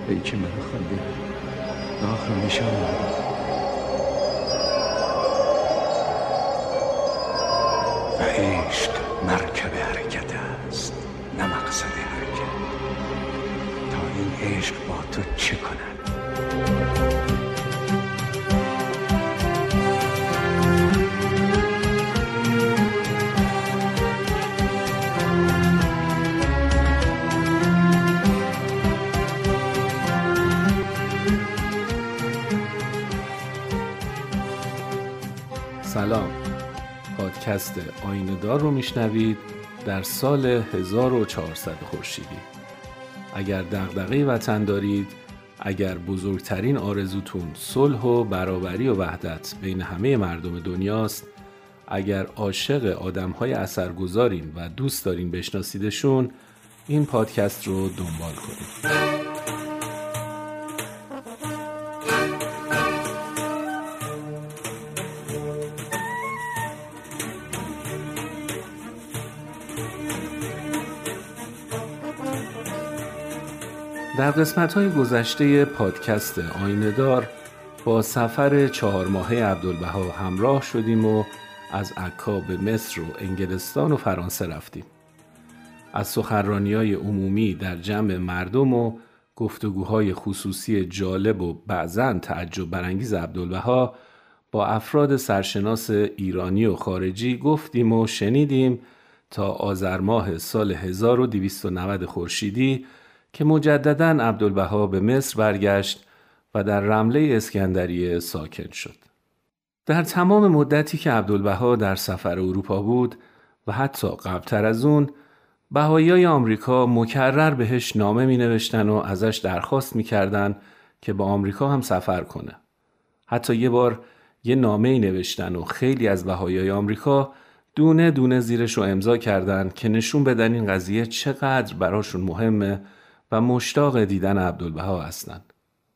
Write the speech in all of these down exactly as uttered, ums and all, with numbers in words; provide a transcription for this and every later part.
پیک من خواندی داغ رو میشم و عشق مرکب حرکت است نه مقصد حرکت. تا این عشق با تو چه کند؟ سلام، پادکست آینه دار رو میشنوید در سال هزار و چهارصد خورشیدی. اگر دغدغه وطن دارید، اگر بزرگترین آرزوتون صلح و برابری و وحدت بین همه مردم دنیاست، اگر عاشق آدم‌های اثرگذارین و دوست دارین بشناسیدشون، این پادکست رو دنبال کنید. در قسمت‌های گذشته پادکست آینه دار با سفر چهار ماهه عبدالبها همراه شدیم و از عکا به مصر و انگلستان و فرانسه رفتیم. از سخنرانی‌های عمومی در جمع مردم و گفتگوهای خصوصی جالب و بعضاً تعجب برانگیز عبدالبها با افراد سرشناس ایرانی و خارجی گفتیم و شنیدیم تا آذر ماه سال هزار و دویست و نود خورشیدی که مجدداً عبدالبها به مصر برگشت و در رمله اسکندریه ساکن شد. در تمام مدتی که عبدالبها در سفر اروپا بود و حتی قبلتر از اون، بهائیای آمریکا مکرر بهش نامه می نوشتن و ازش درخواست می کردن که با آمریکا هم سفر کنه. حتی یه بار یه نامه ای نوشتن و خیلی از بهائیای آمریکا دونه دونه زیرش رو امضا کردن که نشون بدن این قضیه چقدر براشون مهمه و مشتاق دیدن عبدالبها هستند.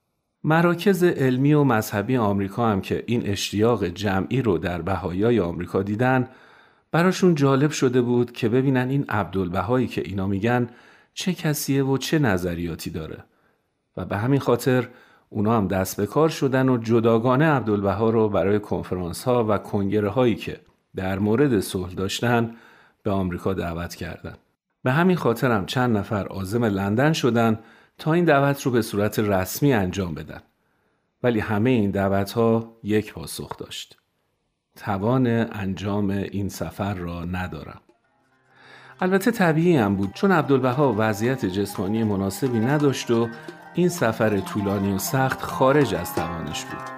مراکز علمی و مذهبی آمریکا هم که این اشتیاق جمعی رو در بهائیای آمریکا دیدن، براشون جالب شده بود که ببینن این عبدالبهایی که اینا میگن چه کسیه و چه نظریاتی داره. و به همین خاطر اونا هم دست به کار شدن و جداگانه عبدالبها رو برای کنفرانس ها و کنگره هایی که در مورد صلح داشتن به آمریکا دعوت کردن. به همین خاطر هم چند نفر عازم لندن شدن تا این دعوت رو به صورت رسمی انجام بدن. ولی همه این دعوت‌ها یک پاسخ داشت. توان انجام این سفر را ندارم. البته طبیعی هم بود چون عبدالبها وضعیت جسمانی مناسبی نداشت و این سفر طولانی و سخت خارج از توانش بود.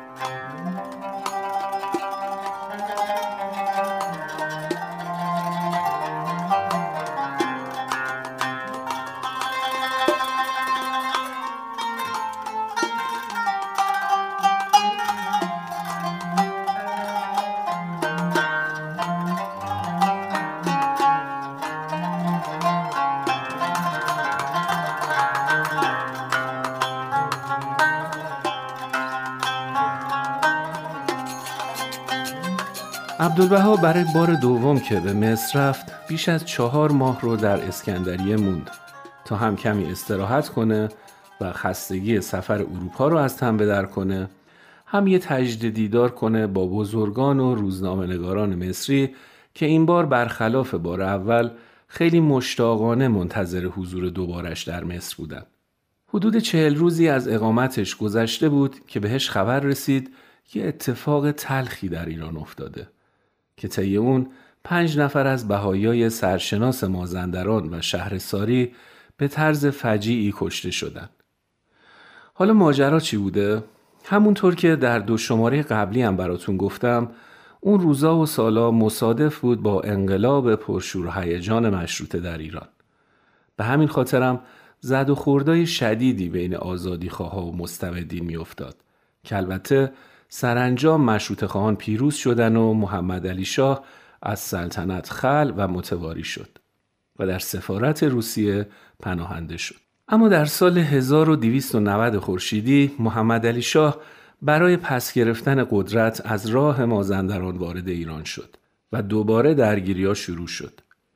عبدالبها برای بار دوم که به مصر رفت بیش از چهار ماه رو در اسکندریه موند تا هم کمی استراحت کنه و خستگی سفر اروپا رو از تن بدر کنه، هم یه تجدید دیدار کنه با بزرگان و روزنامه‌نگاران مصری که این بار برخلاف بار اول خیلی مشتاقانه منتظر حضور دوبارش در مصر بودن. حدود چهل روزی از اقامتش گذشته بود که بهش خبر رسید یه اتفاق تلخی در ایران افتاده که طی اون پنج نفر از بهائیای سرشناس مازندران و شهرساری به طرز فجیعی کشته شدند. حالا ماجرا چی بوده؟ همونطور که در دو شماره قبلی هم براتون گفتم، اون روزا و سالا مصادف بود با انقلاب پرشور و هیجان مشروطه در ایران. به همین خاطرم زد و خوردای شدیدی بین آزادیخواها و مستبدین می افتاد که البته سرانجام مشروطه خواهان پیروز شدن و محمد علی شاه از سلطنت خلع و متواری شد و در سفارت روسیه پناهنده شد. اما در سال هزار و دویست و نود خورشیدی محمد علی شاه برای پس گرفتن قدرت از راه مازندران وارد ایران شد و دوباره درگیری‌ها شروع شد.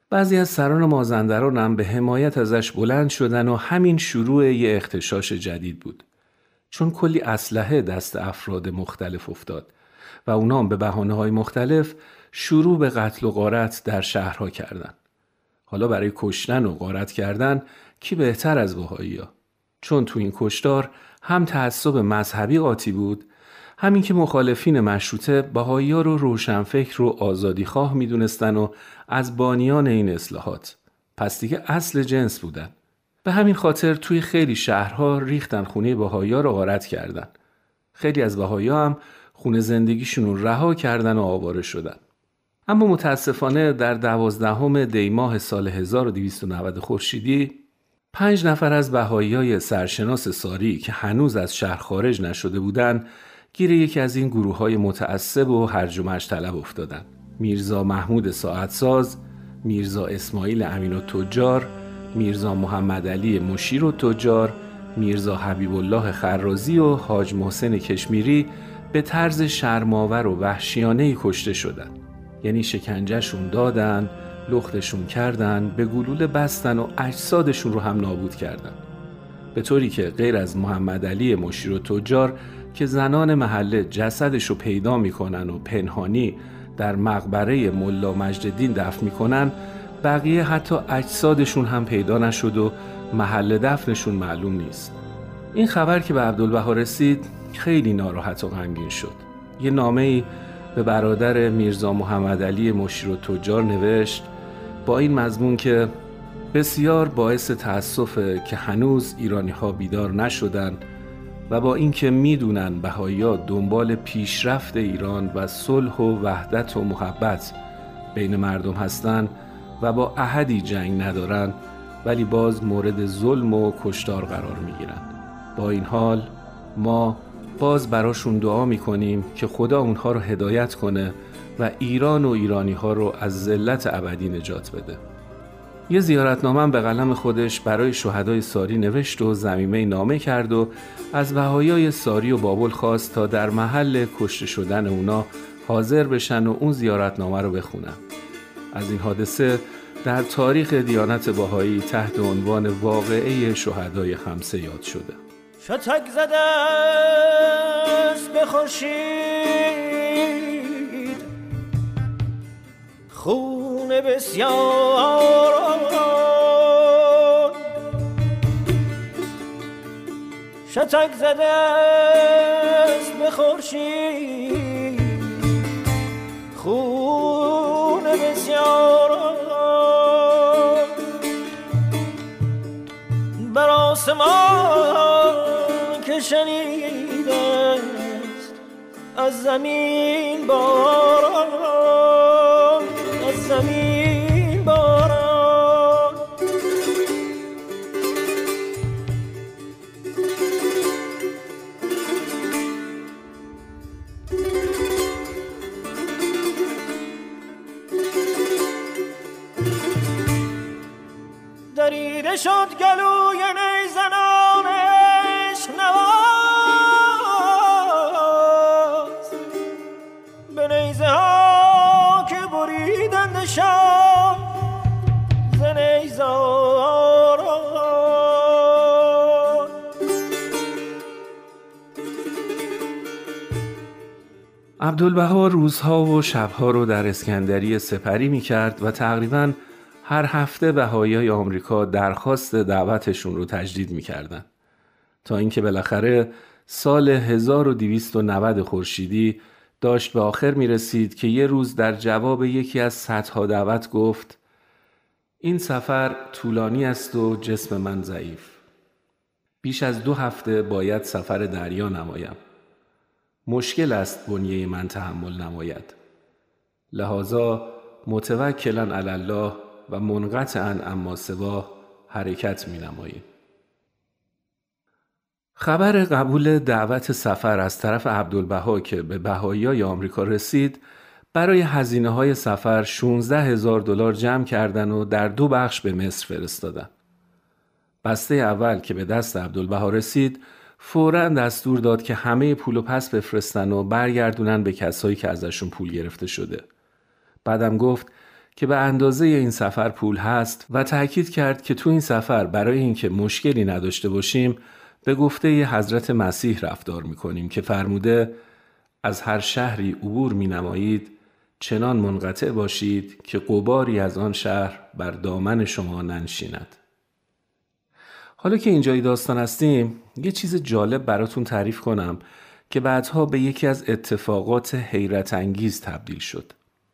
بعضی از سران مازندران هم به حمایت ازش بلند شدن و همین شروع یه اغتشاش جدید بود. چون کلی اسلحه دست افراد مختلف افتاد و اونا هم به بهانه‌های مختلف شروع به قتل و غارت در شهرها کردن. حالا برای کشتن و غارت کردن کی بهتر از بهائی‌ها؟ چون تو این کشتار هم تعصب مذهبی قاطی بود، همین که مخالفین مشروطه بهائی‌ها رو روشنفکر و آزادیخواه میدونستن و از بانیان این اصلاحات. پس دیگه اصل جنس بودن. به همین خاطر توی خیلی شهرها ریختن خونه بهائی‌ها رو غارت کردن. خیلی از بهائی‌ها هم خونه زندگیشون رو رها کردن و آواره شدن. اما متاسفانه در دوازدهم دی ماه سال هزار و دویست و نود خورشیدی پنج نفر از بهائی‌های سرشناس ساری که هنوز از شهر خارج نشده بودند گیر یکی از این گروه‌های متعصب و هرج و مرج طلب افتادن. میرزا محمود ساعتساز، میرزا اسماعیل امین التجار، میرزا محمد علی مشیر التجار، میرزا حبیب الله خرازی و حاج محسن کشمیری به طرز شرم‌آور و وحشیانه‌ای کشته شدند. یعنی شکنجهشون دادن، لختشون کردن، به گلوله بستن و اجسادشون رو هم نابود کردن. به طوری که غیر از محمد علی مشیر التجار که زنان محله جسدش رو پیدا میکنن و پنهانی در مقبره ملا مجدالدین دفن میکنن، بقیه حتی اجسادشون هم پیدا نشد و محل دفنشون معلوم نیست. این خبر که به عبدالبها رسید خیلی ناراحت و غمگین شد. یه نامه‌ای به برادر میرزا محمد علی مشیر التجار نوشت با این مضمون که بسیار باعث تأسفه که هنوز ایرانی‌ها بیدار نشدن و با اینکه میدونن بهائی‌ها دنبال پیشرفت ایران و صلح و وحدت و محبت بین مردم هستن و با احدی جنگ ندارن، ولی باز مورد ظلم و کشتار قرار میگیرن. با این حال ما باز براشون دعا میکنیم که خدا اونها رو هدایت کنه و ایران و ایرانی ها رو از ذلت ابدی نجات بده. یه زیارتنامه به قلم خودش برای شهدای ساری نوشت و ضمیمه نامه کرد و از بهائیای ساری و بابل خواست تا در محل کشته شدن اونا حاضر بشن و اون زیارتنامه رو بخونن. از این حادثه در تاریخ دیانت بهایی تحت عنوان واقعه شهدای خمسه یاد شده. شتک زده است به خورشید خون بسیار، شتک زده است به خورشید خون بسیار، بر آسمان که شنیده است از زمین باران، از زمین باران. دریده شد گلوی نیزنانش نواز به نیزه ها که بریدند شاه ز نیزاران. عبدالبها روزها و شبها رو در اسکندریه سپری می کرد و تقریباً هر هفته بهائیای آمریکا درخواست دعوتشون رو تجدید می‌کردن تا اینکه بالاخره سال هزار و دویست و نود خورشیدی داشت به آخر می‌رسید که یه روز در جواب یکی از صدها دعوت گفت این سفر طولانی است و جسم من ضعیف. بیش از دو هفته باید سفر دریا نمایم. مشکل است بنیه من تحمل نماید. لذا متوکلاً علی الله و منقطعاً اما سوا حرکت می نماییم. خبر قبول دعوت سفر از طرف عبدالبها که به بهائیای آمریکا رسید، برای هزینه‌های سفر شانزده هزار دلار جمع کردن و در دو بخش به مصر فرستادن. بسته اول که به دست عبدالبها رسید، فوراً دستور داد که همه پولو پس بفرستن و برگردونن به کسایی که ازشون پول گرفته شده. بعدم گفت که به اندازه این سفر پول هست و تأکید کرد که تو این سفر برای اینکه مشکلی نداشته باشیم به گفته حضرت مسیح رفتار میکنیم که فرموده از هر شهری عبور مینمایید چنان منقطع باشید که غباری از آن شهر بر دامن شما ننشیند. حالا که اینجای داستان هستیم یه چیز جالب براتون تعریف کنم که بعدها به یکی از اتفاقات حیرت انگیز تبدیل شد.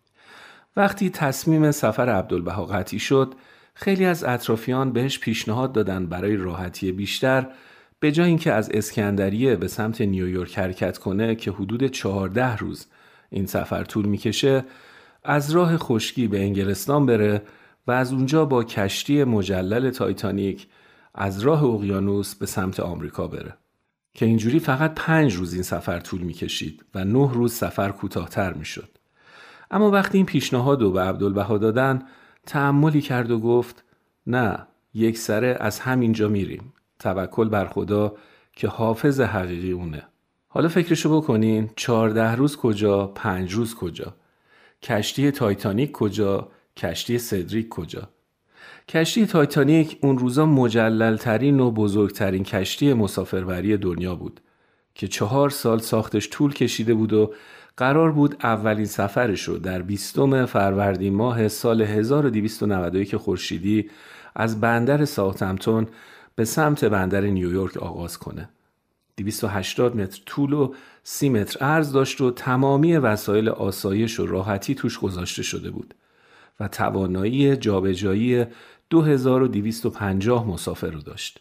وقتی تصمیم سفر عبدالبها قطعی شد، خیلی از اطرافیان بهش پیشنهاد دادن برای راحتی بیشتر به جای اینکه از اسکندریه به سمت نیویورک حرکت کنه که حدود چهارده روز این سفر طول میکشه، از راه خشکی به انگلستان بره و از اونجا با کشتی مجلل تایتانیک از راه اقیانوس به سمت آمریکا بره که اینجوری فقط پنج روز این سفر طول میکشید و نه روز سفر کوتاه‌تر میشد. اما وقتی این پیشنهاد رو به عبدالبها دادن تأملی کرد و گفت نه، یک سره از همینجا میریم، توکل بر خدا که حافظ حقیقی اونه. حالا فکرشو بکنین، چهارده روز کجا، پنج روز کجا، کشتی تایتانیک کجا، کشتی سدریک کجا. کشتی تایتانیک اون روزا مجللترین و بزرگترین کشتی مسافربری دنیا بود که چهار سال ساختش طول کشیده بود و قرار بود اولین سفرش رو در بیستم فروردین ماه سال هزار و دویست و نود و یک خورشیدی از بندر ساوثهمپتون به سمت بندر نیویورک آغاز کنه. دویست و هشتاد متر طول و سی متر عرض داشت و تمامی وسایل آسایش و راحتی توش گذاشته شده بود و توانایی جابجایی دو هزار و دویست و پنجاه مسافر رو داشت.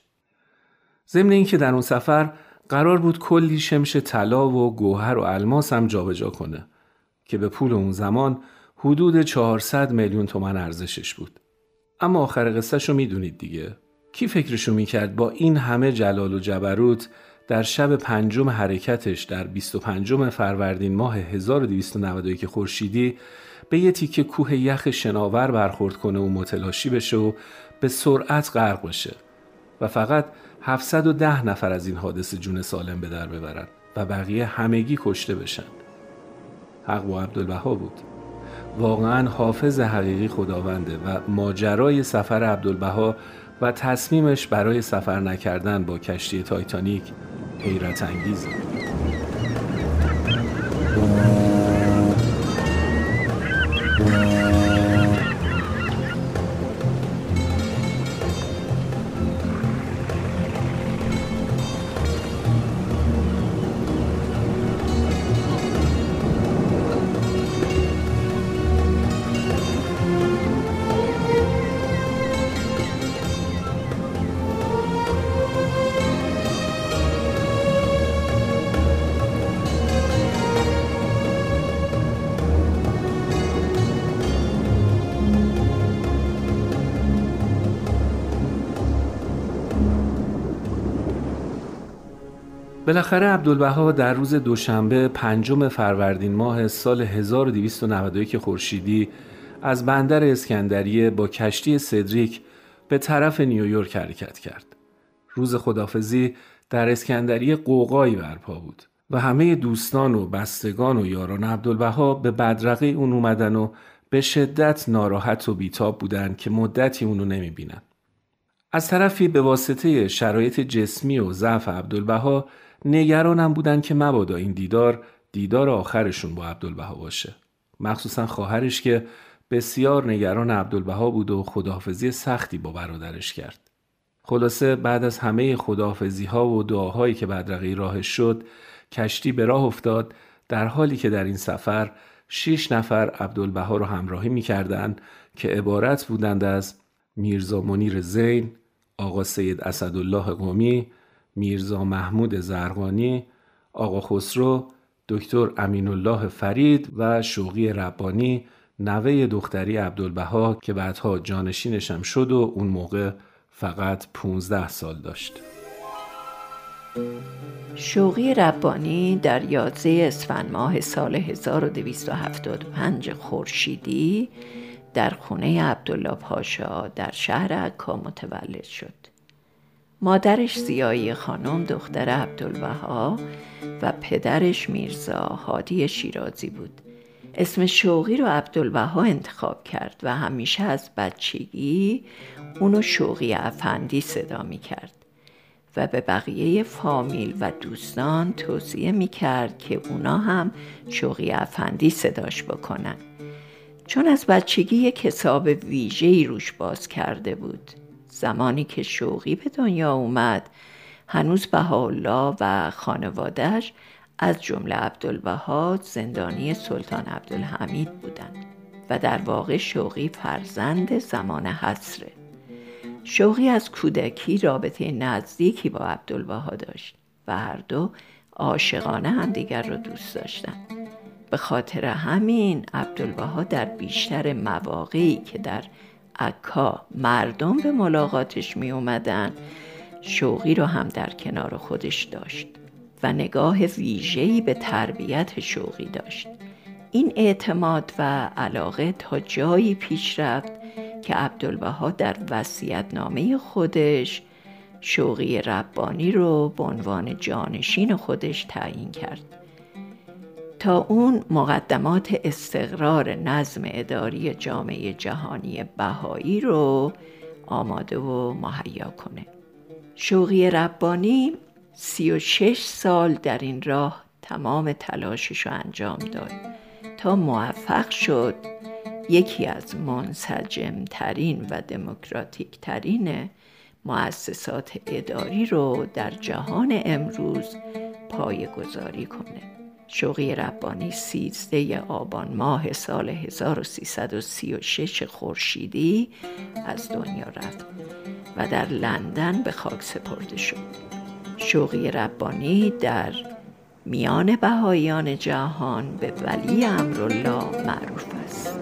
ضمن این که در اون سفر قرار بود کلی شمش طلا و گوهر و الماس هم جابجا کنه که به پول اون زمان حدود چهارصد میلیون تومان ارزشش بود. اما آخر قصه‌شو میدونید دیگه. کی فکرشو میکرد با این همه جلال و جبروت در شب پنجم حرکتش در بیست و پنجم فروردین ماه هزار و دویست و نود و یک خورشیدی به یه تیکه کوه یخ شناور برخورد کنه و متلاشی بشه و به سرعت غرق بشه و فقط هفتصد و ده نفر از این حادثه جون سالم به در ببرن و بقیه همگی کشته بشن. حق با عبدالبها بود. واقعا حافظ حقیقی خداونده و ماجرای سفر عبدالبها و تصمیمش برای سفر نکردن با کشتی تایتانیک حیرت انگیزه. بالاخره عبدالبها در روز دوشنبه پنجم فروردین ماه سال هزار و دویست و نود و یک خورشیدی از بندر اسکندریه با کشتی سدریک به طرف نیویورک حرکت کرد. روز خداحافظی در اسکندریه غوغایی برپا بود و همه دوستان و بستگان و یاران عبدالبها به بدرقه اون اومدن و به شدت ناراحت و بیتاب بودن که مدتی اونو نمیبینن. از طرفی به واسطه شرایط جسمی و ضعف عبدالبها نگرانم بودن که مبادا این دیدار دیدار آخرشون با عبدالبها باشه. مخصوصا خواهرش که بسیار نگران عبدالبها بود و خداحافظی سختی با برادرش کرد. خلاصه بعد از همه خداحافظی ها و دعاهایی که بدرقه راهش شد، کشتی به راه افتاد، در حالی که در این سفر شش نفر عبدالبها رو همراهی می‌کردند که عبارت بودند از میرزا منیر زین، آقا سید اسدالله قمی، میرزا محمود زرقانی، آقا خسرو، دکتر امین الله فرید و شوقی ربانی، نوه دختری عبدالبها که بعدها جانشینش هم شد و اون موقع فقط پونزده سال داشت. شوقی ربانی در یازده اسفند ماه سال هزار و دویست و هفتاد و پنج خورشیدی در خونه عبدالله پاشا در شهر عکا متولد شد. مادرش زیایی خانم دختر عبدالبها و پدرش میرزا هادی شیرازی بود. اسم شوقی رو عبدالبها انتخاب کرد و همیشه از بچگی اونو شوقی افندی صدا می کرد و به بقیه فامیل و دوستان توصیه می کرد که اونا هم شوقی افندی صداش بکنن، چون از بچگی یک حساب ویژه‌ای روش باز کرده بود. زمانی که شوقی به دنیا اومد هنوز بهاءالله و خانواده‌اش از جمله عبدالبها زندانی سلطان عبدالحمید بودند و در واقع شوقی فرزند زمان حصره. شوقی از کودکی رابطه نزدیکی با عبدالبها داشت و هر دو عاشقانه همدیگر را دوست داشتند. به خاطر همین عبدالبها در بیشتر مواقعی که در عکا مردم به ملاقاتش می اومدن شوقی را هم در کنار خودش داشت و نگاه ویژه‌ای به تربیت شوقی داشت. این اعتماد و علاقه تا جایی پیش رفت که عبدالبها در وصیت‌نامه خودش شوقی ربانی رو به عنوان جانشین خودش تعیین کرد تا اون مقدمات استقرار نظم اداری جامعه جهانی بهایی رو آماده و مهیا کنه. شوقی ربانی سی و شش سال در این راه تمام تلاشش رو انجام داد تا موفق شد یکی از منسجم ترین و دموکراتیک ترین مؤسسات اداری رو در جهان امروز پایه‌گذاری کنه. شوقی ربانی سیزده آبان ماه سال هزار و سیصد و سی و شش خورشیدی از دنیا رفت و در لندن به خاک سپرده شد. شوقی ربانی در میان بهاییان جهان به ولی امرالله معروف است.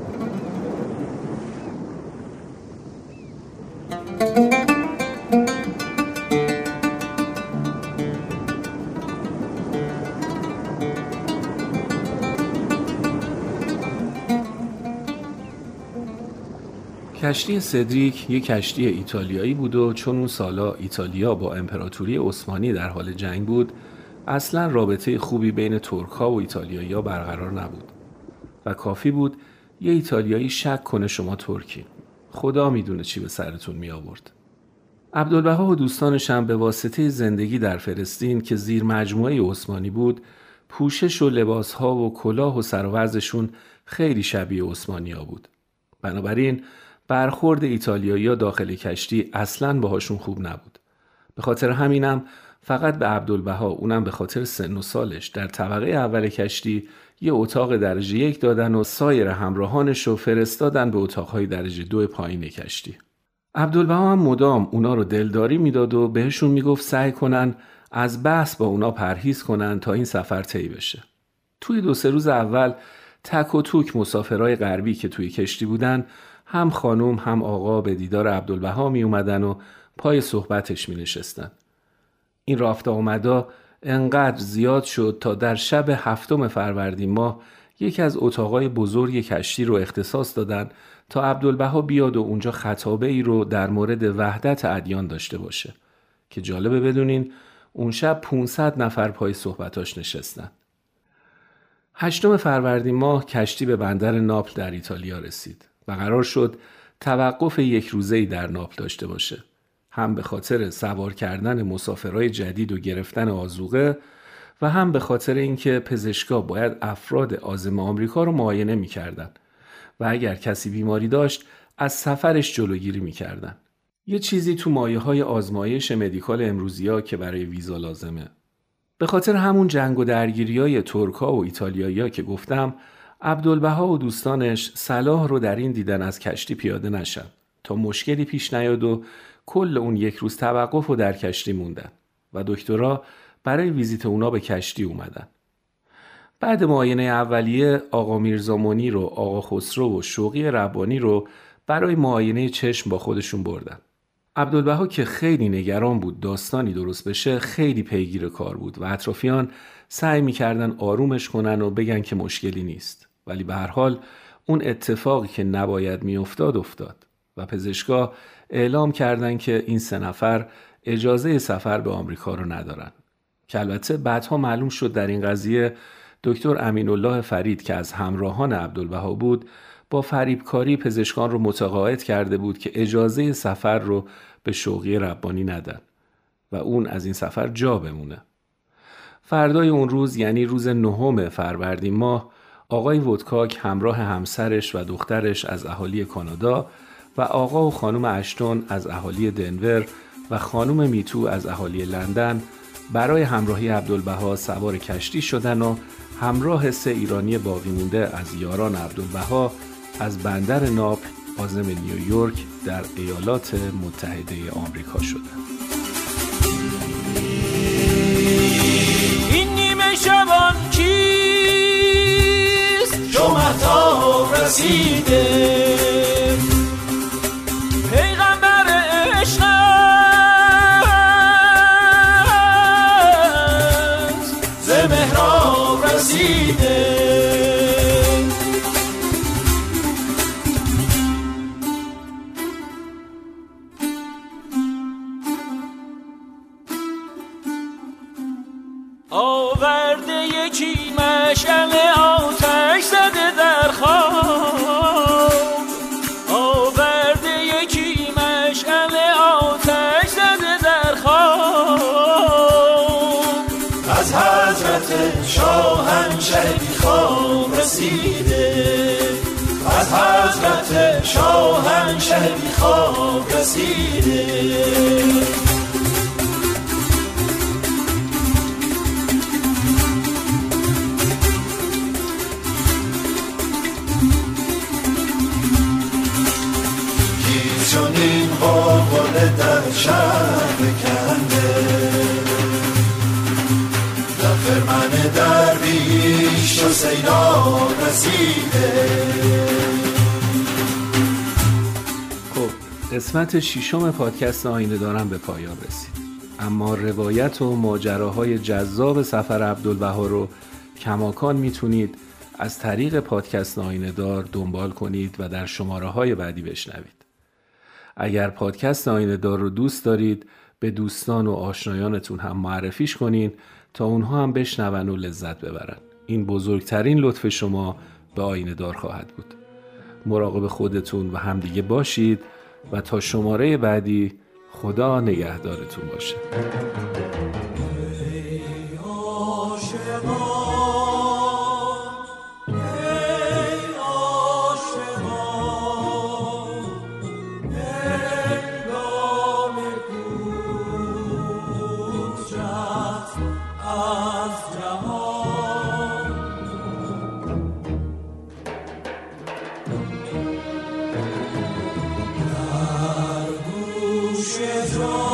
کشتی سدریک یک کشتی ایتالیایی بود و چون اون سالا ایتالیا با امپراتوری عثمانی در حال جنگ بود، اصلا رابطه خوبی بین ترک‌ها و ایتالیایی‌ها برقرار نبود و کافی بود یه ایتالیایی شک کنه شما ترکی. خدا میدونه چی به سرتون می آورد. عبدالبها و دوستانش هم به واسطه زندگی در فلسطین که زیر مجموعه عثمانی بود، پوشش و لباس‌ها و کلاه و سروزشون خیلی شبیه عثمانی‌ها بود. بنابراین برخورد ایتالیایی‌ها داخل کشتی اصلاً باهاشون خوب نبود. به خاطر همینم فقط به عبدالبها، اونم به خاطر سن و سالش، در طبقه اول کشتی یه اتاق درجه یک دادن و سایر همراهانش رو فرستادن به اتاقهای درجه دو پایین کشتی. عبدالبها هم مدام اونا رو دلداری میداد و بهشون میگفت سعی کنن از بحث با اونا پرهیز کنن تا این سفر طی بشه. توی دو سه روز اول تک و توک مسافرای غربی که توی کشتی بودن، هم خانم هم آقا به دیدار عبدالبها می اومدن و پای صحبتش می نشستن. این رفت آمدا انقدر زیاد شد تا در شب هفتم فروردین ماه یکی از اتاقای بزرگ کشتی رو اختصاص دادن تا عبدالبها بیاد و اونجا خطابه ای رو در مورد وحدت ادیان داشته باشه که جالبه بدونین اون شب پانصد نفر پای صحبتاش نشستن. هشتم فروردین ماه کشتی به بندر ناپل در ایتالیا رسید و قرار شد توقف یک روزه‌ای در ناپل داشته باشه. هم به خاطر سوار کردن مسافرای جدید و گرفتن آذوقه و هم به خاطر اینکه پزشکا باید افراد عازم آمریکا رو معاینه می‌کردن و اگر کسی بیماری داشت از سفرش جلوگیری می‌کردن. یه چیزی تو مایه‌های آزمایش مدیکال امروزی‌ها که برای ویزا لازمه. به خاطر همون جنگ و درگیری‌های ترک‌ها و ایتالیایی‌ها که گفتم، عبدالبها و دوستانش صلاح رو در این دیدن از کشتی پیاده نشن تا مشکلی پیش نیاد و کل اون یک روز توقف و در کشتی موندن و دکترها برای ویزیت اونا به کشتی اومدن. بعد معاینه اولیه آقا میرزا منیر و آقا خسرو و شوقی ربانی رو برای معاینه چشم با خودشون بردن. عبدالبها که خیلی نگران بود داستانی درست بشه خیلی پیگیر کار بود و اطرافیان سعی میکردن آرومش کنن و بگن که مشکلی نیست، ولی به هر حال اون اتفاقی که نباید میافتاد افتاد و پزشکا اعلام کردن که این سه نفر اجازه سفر به آمریکا رو ندارن که البته بعدها معلوم شد در این قضیه دکتر امین‌الله فرید که از همراهان عبدالبها بود، با فریبکاری پزشکان رو متقاعد کرده بود که اجازه سفر رو به شوقی ربانی ندن و اون از این سفر جا بمونه. فردای اون روز، یعنی روز نهم فروردین ماه، آقای وودکاک همراه همسرش و دخترش از اهالی کانادا و آقا و خانم اشتون از اهالی دنور و خانم میتو از اهالی لندن برای همراهی عبدالبها سوار کشتی شدن و همراه سه ایرانی باقی مونده از یاران عبدالبها از بندر ناپل عازم نیویورک در ایالات متحده آمریکا شدند. این نیمه شبان کیست؟ چو مهتاب رسیده پیغمبر عشق است، ز محراب رسیده. آورده یکی مشعل آتش زده در خواب، آورده یکی مشعل آتش زده در خواب، از حضرت شاهنشه بی خواب رسیده، از حضرت شاهنشه بی خواب رسیده. چون این غلغله در شهر بکنده، در خرمن درویش و سیلاب رسیده. خب، قسمت ششم پادکست آینه دارم به پایان رسید. اما روایت و ماجراهای جذاب سفر عبدالبها رو کماکان میتونید از طریق پادکست آینه دار دنبال کنید و در شماره های بعدی بشنوید. اگر پادکست آینه دار رو دوست دارید، به دوستان و آشنایانتون هم معرفیش کنین تا اونها هم بشنون و لذت ببرن. این بزرگترین لطف شما به آینه دار خواهد بود. مراقب خودتون و همدیگه باشید و تا شماره بعدی خدا نگهدارتون باشه. Strong.